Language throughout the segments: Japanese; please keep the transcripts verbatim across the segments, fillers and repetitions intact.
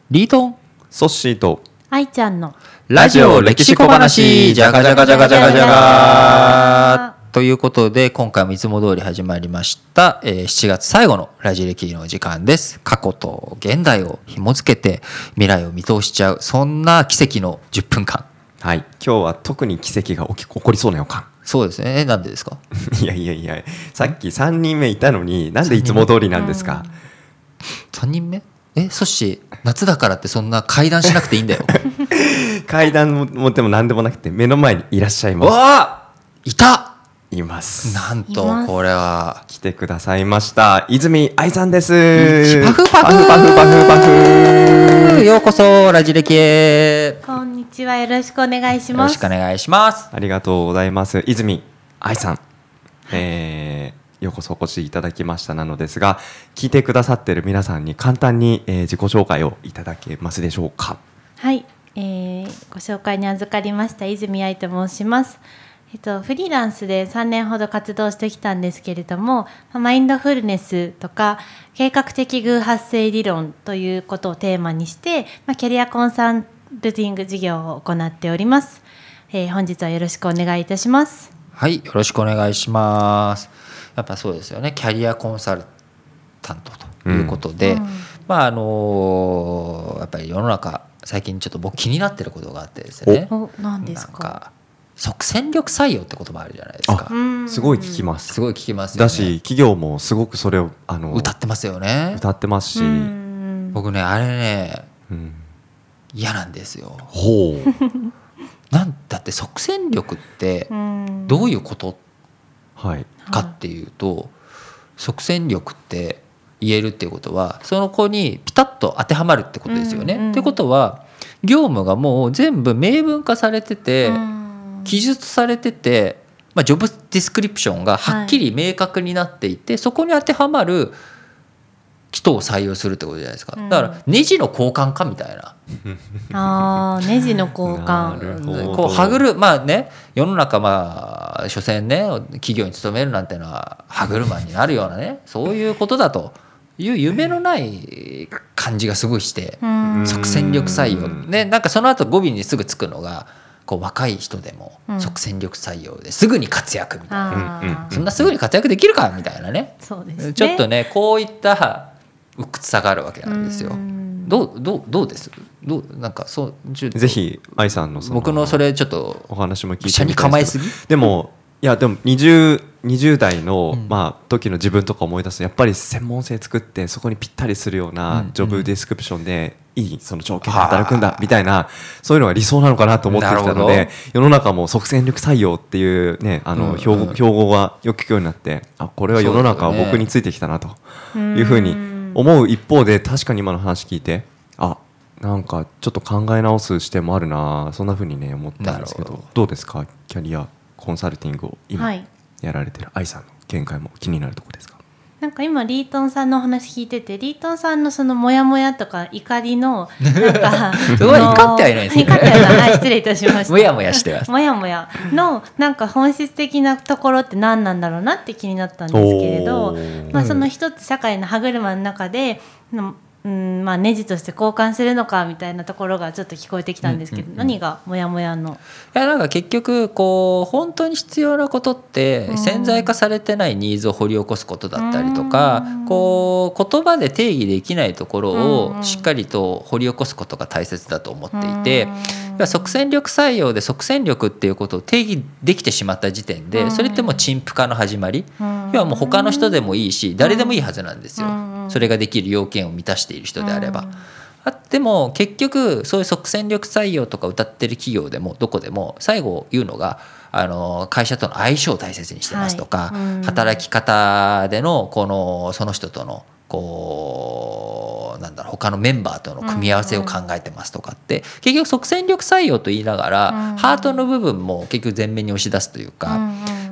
リートンソッシーと愛ちゃんのラジオ歴史小話じゃがじゃがじゃがじゃがじゃがということで、今回もいつも通り始まりました、えー、しちがつ最後のラジ歴の時間です。過去と現代を紐付けて未来を見通しちゃう、そんな奇跡のじゅっぷんかん。 はい、今日は特に奇跡が起き起こりそうな予感。 そうですね。なんでですか？ いやいやいや、さっきさんにんめいたのになんでいつも通りなんですか？ さんにんめ？え、そし夏だからってそんな階段しなくていいんだよ。 階段ももでも何でもなくて目の前にいらっしゃいます。 わー、いたいますなんとこれは来てくださいました泉愛さんです。 パフパフパフパフパフパフ。 ようこそラジ歴へ。 こんにちは、よろしくお願いしよろます。 しくお願いします。 ありがとうございます。泉愛さん、えー、ようこそお越しいただきましたなのですが、聞いてくださっている皆さんに簡単に、えー、自己紹介をいただけますでしょうか？ はい、えー、ご紹介に預かりました泉愛と申します。えっと、フリーランスでさんねんほど活動してきたんですけれども、マインドフルネスとか計画的偶発性理論ということをテーマにして、まあ、キャリアコンサルティング事業を行っております。えー、本日はよろしくお願いいたします。 はい、よろしくお願いします。やっぱそうですよね、キャリアコンサルタントということで、うん、まああのー、やっぱり世の中最近ちょっと僕気になってることがあってですね。 お、何ですか？ なんか即戦力採用って言葉あるじゃないですか。 すごい聞きます。 すごい聞きますよね。 だし企業もすごくそれをあの歌ってますよね。 歌ってますし、 僕ねあれね、うん、嫌なんですよ。ほう。なんだって即戦力ってどういうことかっていうと、即戦力って言えるっていうことはその子にピタッと当てはまるってことですよね。うんうん、ってことは業務がもう全部明文化されてて、記述されてて、まあ、ジョブディスクリプションがはっきり明確になっていて、はい、そこに当てはまる人を採用するってことじゃないですか。だからネジの交換かみたいな。 あー、ネジの交換。 こうはぐる、まあね、世の中まあ所詮ね企業に勤めるなんてのは歯車になるようなね、そういうことだという夢のない感じがすごいして、即戦力採用ね、なんかその後語尾にすぐつくのがこう若い人でも即戦力採用ですぐに活躍みたいな、うん、そんなすぐに活躍できるかみたいなね、 そうですね、 ちょっとねこういった鬱屈さがあるわけなんですよ。どうどうどうです？どうなんかそうぜひ愛さんのその僕のそれちょっとお話も聞いてみたいですけど、構えすぎ？ でもいやでもにじゅう、にじゅう代の、うんまあ、時の自分とか思い出すとやっぱり専門性作ってそこにぴったりするようなジョブディスクリプションでいいその条件で働くんだみたいな、そういうのが理想なのかなと思ってきたので、世の中も即戦力採用っていう、ね、あの標語、標語がよく聞くようになって、あこれは世の中は僕についてきたなというふうに思う一方で、確かに今の話聞いてあなんかちょっと考え直す視点もあるな、そんなふうにね思ったんですけど、どどうですか？キャリアコンサルティングを今やられてる愛さんの見解も気になるところですか？ なんか今リートンさんのお話聞いてて、リートンさんのそのモヤモヤとか怒りのなんかすごい怒ってはいないですね。 怒ってはない、失礼いたしました。 モヤモヤしてます。 モヤモヤのなんか本質的なところって何なんだろうなって気になったんですけれど、まあその一つ社会の歯車の中でうんまあ、ネジとして交換するのかみたいなところがちょっと聞こえてきたんですけど、うんうんうん、何がモヤモヤの？ いやなんか結局こう本当に必要なことって潜在化されてないニーズを掘り起こすことだったりとか、こう言葉で定義できないところをしっかりと掘り起こすことが大切だと思っていて、即戦力採用で即戦力っていうことを定義できてしまった時点でそれってもう陳腐化の始まり、要はもう他の人でもいいし誰でもいいはずなんですよ、それができる要件を満たしている人であれば。あでも結局そういう即戦力採用とか歌ってる企業でもどこでも最後言うのがあの会社との相性を大切にしてますとか、はい、働き方でのこのその人とのこうなんだろう他のメンバーとの組み合わせを考えてますとかって結局即戦力採用と言いながらハートの部分も結局前面に押し出すというか、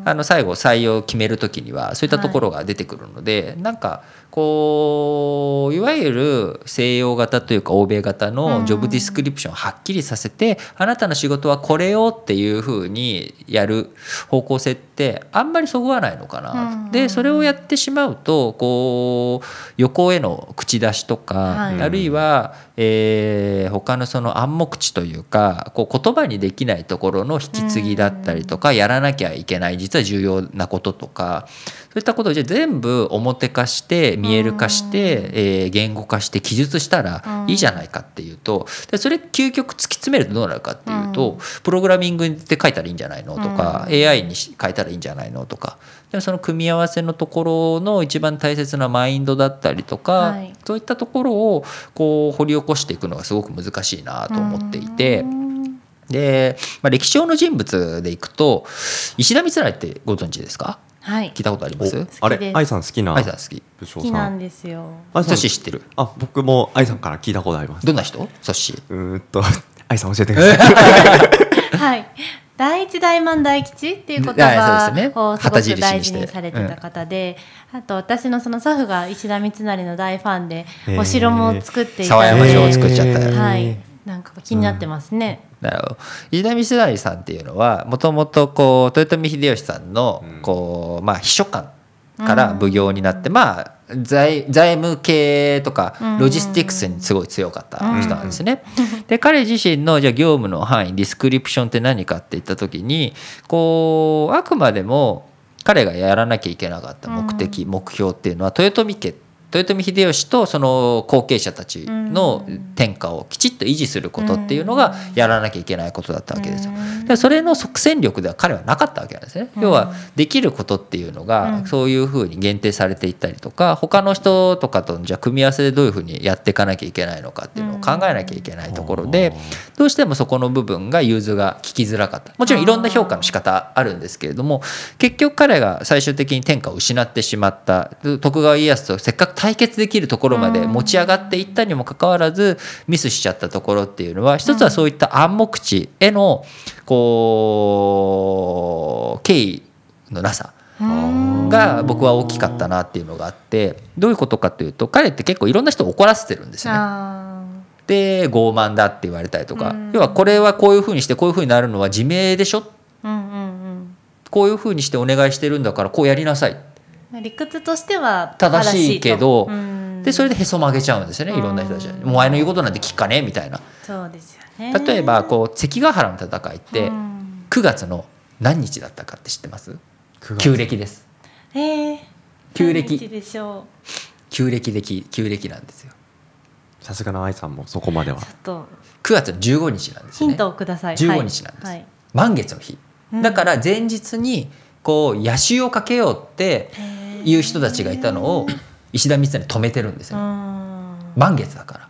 あの最後採用を決める時にはそういったところが出てくるので、はい、なんかこういわゆる西洋型というか欧米型のジョブディスクリプションをはっきりさせて、うん、あなたの仕事はこれよっていうふうにやる方向性ってあんまりそぐわないのかな、うん、でそれをやってしまうとこう横への口出しとか、はい、あるいは、えー、他のその暗黙知というかこう言葉にできないところの引き継ぎだったりとか、うん、やらなきゃいけない実は重要なこととかそういったことをじゃ全部表化して見える化して、うんえー、言語化して記述したらいいじゃないかっていうと、でそれ究極突き詰めるとどうなるかっていうと、うん、プログラミングで書いたらいいんじゃないのとか、うん、エーアイ に書いたらいいんじゃないのとか、でもその組み合わせのところの一番大切なマインドだったりとか、はい、そういったところをこう掘り起こしていくのがすごく難しいなと思っていて、うんで、まあ、歴史上の人物でいくと石田三成ってご存知ですか？はい、聞いたことあります？ あれ、愛さん好きな愛さん好き武将さん好きなんですよ。 ソッシー知ってる？ あ、僕も愛さんから聞いたことあります。 どんな人？ソッシー。 うーんと愛さん教えてください。 はい。第一大満大吉っていう言葉をすごく大事にされてた方で、あと私のその祖父が石田三成の大ファンでお城も作っていたので、 沢山城を作っちゃったよ、 はいなんか気になってますね、 うん、なるほど。石田三成さんっていうのはもともとこう豊臣秀吉さんのこう、まあ、秘書官から奉行になって、うん、まあ財, 財務系とかロジスティクスにすごい強かった人なんですね。で彼自身のじゃあ業務の範囲ディスクリプションって何かって言った時にこうあくまでも彼がやらなきゃいけなかった目的、うん、目標っていうのは豊臣家豊臣秀吉とその後継者たちの天下をきちっと維持することっていうのがやらなきゃいけないことだったわけですよ。でそれの即戦力では彼はなかったわけなんですね。要はできることっていうのがそういうふうに限定されていったりとか他の人とかとじゃあ組み合わせでどういうふうにやっていかなきゃいけないのかっていうのを考えなきゃいけないところでどうしてもそこの部分が融通が利きづらかった。もちろんいろんな評価の仕方あるんですけれども結局彼が最終的に天下を失ってしまった徳川家康とせっかく対決できるところまで持ち上がっていったにもかかわらずミスしちゃったところっていうのは一つはそういった暗黙知へのこう敬意のなさが僕は大きかったなっていうのがあってどういうことかというと彼って結構いろんな人を怒らせてるんですよね。で傲慢だって言われたりとか要はこれはこういうふうにしてこういうふうになるのは自明でしょ、うんうんうん、こういうふうにしてお願いしてるんだからこうやりなさい理屈としては正しいけどでそれでへそ曲げちゃうんですよねいろんな人たちはお前の言うことなんて聞かねえみたいな。 そうですよね。 例えばこう関ヶ原の戦いってくがつの何日だったかって知ってます？旧暦です。 えー、 旧暦でしょう。 旧暦で旧暦なんですよ。 さすがの愛さんもそこまでは。 ちょっとくがつのじゅうごにちなんですよね。 ヒントをください。 じゅうごにちなんです、 はいはい、 満月の日だから前日にこう夜襲をかけようっていう人たちがいたのを石田三成止めてるんですよ。満月だから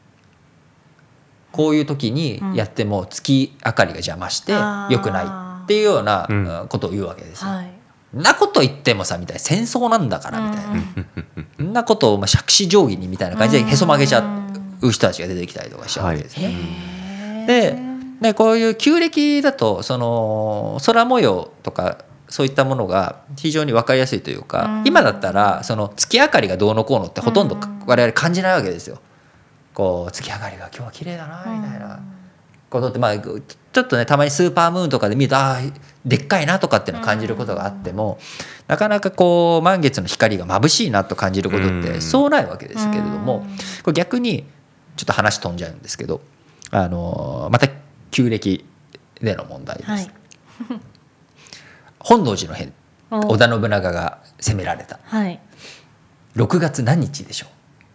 こういう時にやっても月明かりが邪魔して良くないっていうようなことを言うわけですよ、うんはい、んなこと言ってもさみたいな戦争なんだからみたいな、んなことをまあ杓子定規にみたいな感じでへそ曲げちゃう人たちが出てきたりとかしちゃうわけですね、はい、で, でこういう旧暦だとその空模様とかそういったものが非常に分かりやすいというか、うん、今だったらその月明かりがどうのこうのってほとんど我々感じないわけですよ。こう月明かりが今日は綺麗だなみたいなことって、まあ、ちょっとねたまにスーパームーンとかで見るとああでっかいなとかっていうのを感じることがあっても、なかなかこう満月の光が眩しいなと感じることってそうないわけですけれども、これ逆にちょっと話飛んじゃうんですけどあのまた旧暦での問題です、はい本能寺の変織田信長が攻められた、はい、ろくがつ何日でしょう？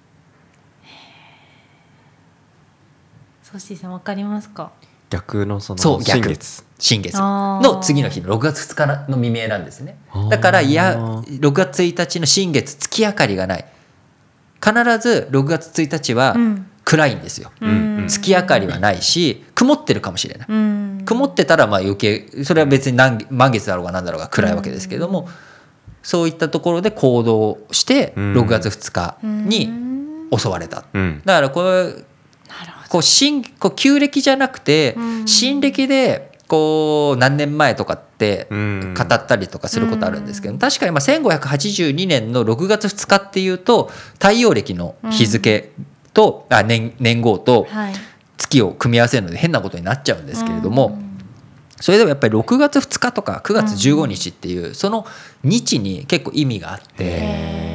ソッシーさん分かりますか？ 逆のそのそう新月新月の次の日のろくがつふつかの未明なんですね。だからいやろくがつついたちの新月月明かりがない必ずろくがつついたちは暗いんですよ、うん、月明かりはないし曇ってるかもしれない、うん、曇ってたらまあ余計それは別に何満月だろうが何だろうが暗いわけですけれども、うん、そういったところで行動してろくがつふつかに襲われた、うん、だからこれこう新こう旧暦じゃなくて新暦でこう何年前とかってって語ったりとかすることあるんですけど、確かにまあせんごひゃくはちじゅうにねんのろくがつふつかっていうと太陽暦の日付と、あ 年, 年号と月を組み合わせるので変なことになっちゃうんですけれども、それでもやっぱりろくがつふつかとかくがつじゅうごにちっていうその日に結構意味があって、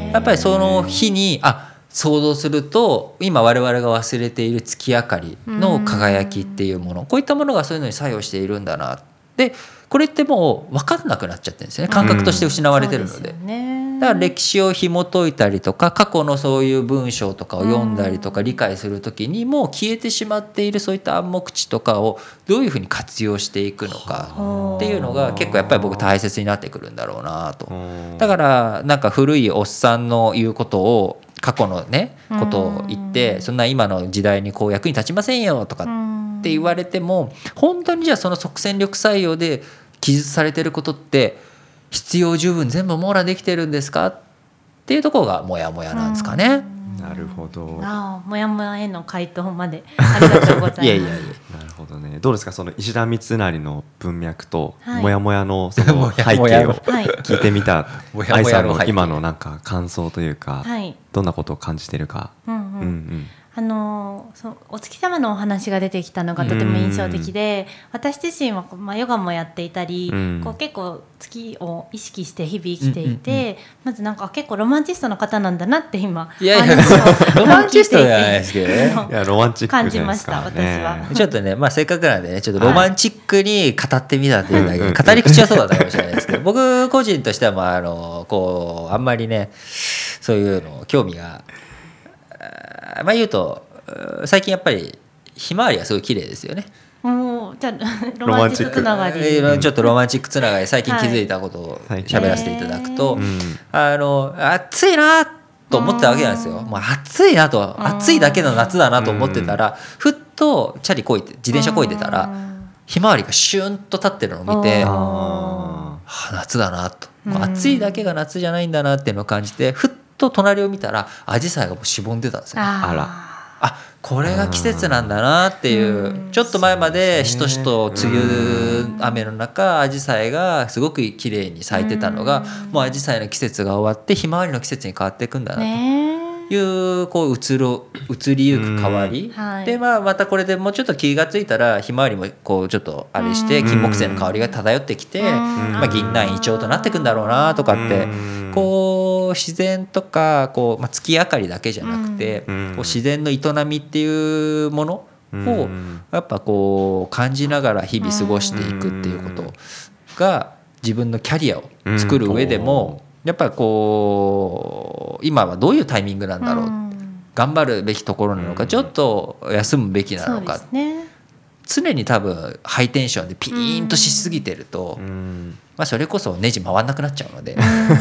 やっぱりその日にあ想像すると今我々が忘れている月明かりの輝きっていうもの、こういったものがそういうのに作用しているんだな。でこれってもう分かんなくなっちゃってるんですよね、感覚として失われてるので、だから歴史を紐解いたりとか過去のそういう文章とかを読んだりとか理解するときにもう消えてしまっているそういった暗黙知とかをどういうふうに活用していくのかっていうのが結構やっぱり僕大切になってくるんだろうなと。だからなんか古いおっさんの言うことを過去のねことを言ってそんな今の時代にこう役に立ちませんよとかって言われても本当にじゃあその即戦力採用で記述されてることって必要十分全部網羅できてるんですかっていうところがモヤモヤなんですかね。 なるほど。 ああ、モヤモヤへの回答までありがとうございます。 いやいやいや。 なるほどね。どうですかその石田三成の文脈と、 はい、 モヤモヤのその背景を聞いてみた愛さんの今のなんか感想というか、はい、どんなことを感じているか。 うんうんうんうんあのそうお月様のお話が出てきたのがとても印象的で、私自身は、まあ、ヨガもやっていたり、こう結構月を意識して日々生きていて、うんうんうん、まずなんか結構ロマンチストの方なんだなって今いやいやロマンチストじゃないですけどねいやロマンチック感じました私は。 ちょっとね、まあ、せっかくなんでねちょっとロマンチックに語ってみたっていうだけ、はい、語り口はそうだったかもしれないですけど僕個人としては、まあ、あのこうあんまりねそういうの興味がまあ言うと最近やっぱりひまわりはすごい綺麗ですよね。 もうじゃあロマンチックつながり、 ちょっとロマンチックつながり最近気づいたことを喋らせていただくと、はい、あの暑いなと思ってたわけなんですよ。もう暑いなと暑いだけの夏だなと思ってたらふっとチャリこいて自転車こいでたらひまわりがシュンと立ってるのを見てあ夏だなと暑いだけが夏じゃないんだなっていうのを感じてふっと隣を見たらアジサイがもうしぼんでたんですよ。 あらあこれが季節なんだなっていうちょっと前までしとしと梅雨雨の中アジサイがすごく綺麗に咲いてたのがもうアジサイの季節が終わってひまわりの季節に変わっていくんだなというこう移る移りゆく変わりで、まあ、またこれでもうちょっと気がついたらひまわりもこうちょっとあれして金木犀の香りが漂ってきてまあ銀杏イチョウとなっていくんだろうなとかってこう自然とかこう、まあ、月明かりだけじゃなくて、こう自然の営みっていうものをやっぱこう感じながら日々過ごしていくっていうことが自分のキャリアを作る上でもやっぱりこう今はどういうタイミングなんだろう、頑張るべきところなのかちょっと休むべきなのか、常に多分ハイテンションでピーンとしすぎてると、まあ、それこそネジ回んなくなっちゃうので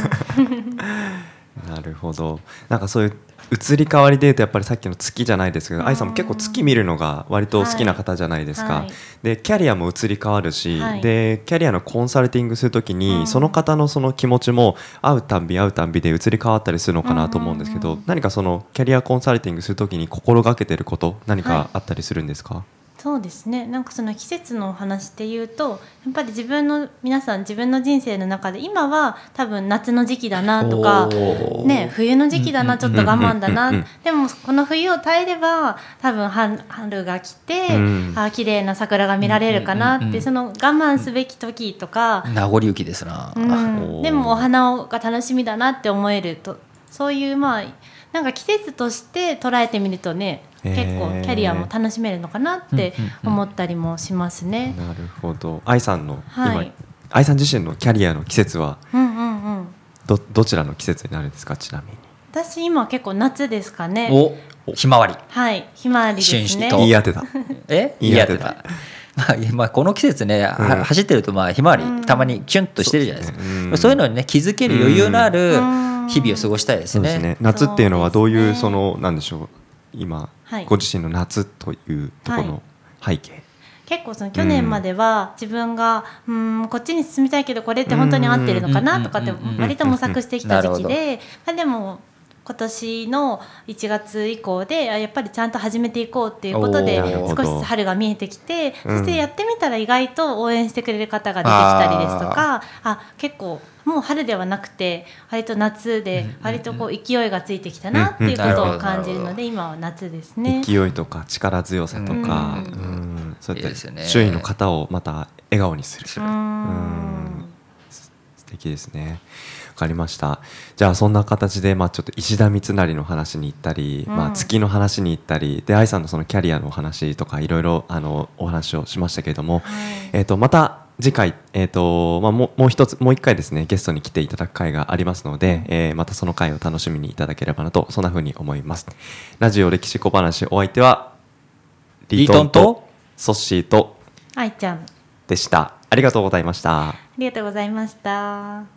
なるほど。なんかそういう移り変わりでいうとやっぱりさっきの月じゃないですけど愛さんも結構月見るのが割と好きな方じゃないですか、はいはい、でキャリアも移り変わるし、はい、でキャリアのコンサルティングするときに、うん、その方のその気持ちも会うたんび会うたんびで移り変わったりするのかなと思うんですけど、うんうんうん、何かそのキャリアコンサルティングするときに心がけてること何かあったりするんですか？はい、 そうですね。なんかその季節のお話っていうとやっぱり自分の皆さん自分の人生の中で今は多分夏の時期だなとか、ね、冬の時期だなちょっと我慢だな、でもこの冬を耐えれば多分春が来て、うん、あ綺麗な桜が見られるかなって、うんうんうん、その我慢すべき時とか名残雪ですな、 うん、でもお花が楽しみだなって思えるとそういうまあなんか季節として捉えてみるとね結構キャリアも楽しめるのかなって思ったりもしますね。 なるほど。愛さんの今、 はい、 愛さん自身のキャリアの季節はど,、うんうんうん、 ど, どちらの季節になるんですか？ちなみに私今結構夏ですかね。 おひまわり。 はいひまわりですね。 言い当てたえ言い当てたまあ、まあこの季節ね、うん、走ってるとまあひまわりたまにキュンとしてるじゃないですか、うん、そういうのにね気づける余裕のある日々を過ごしたいですね。 そうですね。夏っていうのはどういうそのなんでしょう今、はい、ご自身の夏というところの背景、はい、 結構その去年までは自分がうーんこっちに進みたいけどこれって本当に合ってるのかなとかって割と模索してきた時期で、まあ、でも今年のいちがつ以降でやっぱりちゃんと始めていこうっていうことで少しずつ春が見えてきて、そしてやってみたら意外と応援してくれる方が出てきたりですとか、あ結構もう春ではなくて割と夏で割とこう勢いがついてきたなっていうことを感じるので、今は夏ですね。 勢いとか力強さとか、うん、そうやって周囲の方をまた笑顔にする。うん、素敵ですね。わかりました。じゃあそんな形で、まあ、ちょっと石田三成の話に行ったり、うん、まあ、月の話に行ったりで、愛さんのそのキャリアの話とかいろいろあのお話をしましたけれども、はい、えーとまた次回、えーとまあ、も, もう一つもう一回ですねゲストに来ていただく回がありますので、えー、またその回を楽しみにいただければなとそんな風に思います。ラジオ歴史小話、お相手はリートンとソッシーと愛ちゃんでした。ありがとうございました。 ありがとうございました。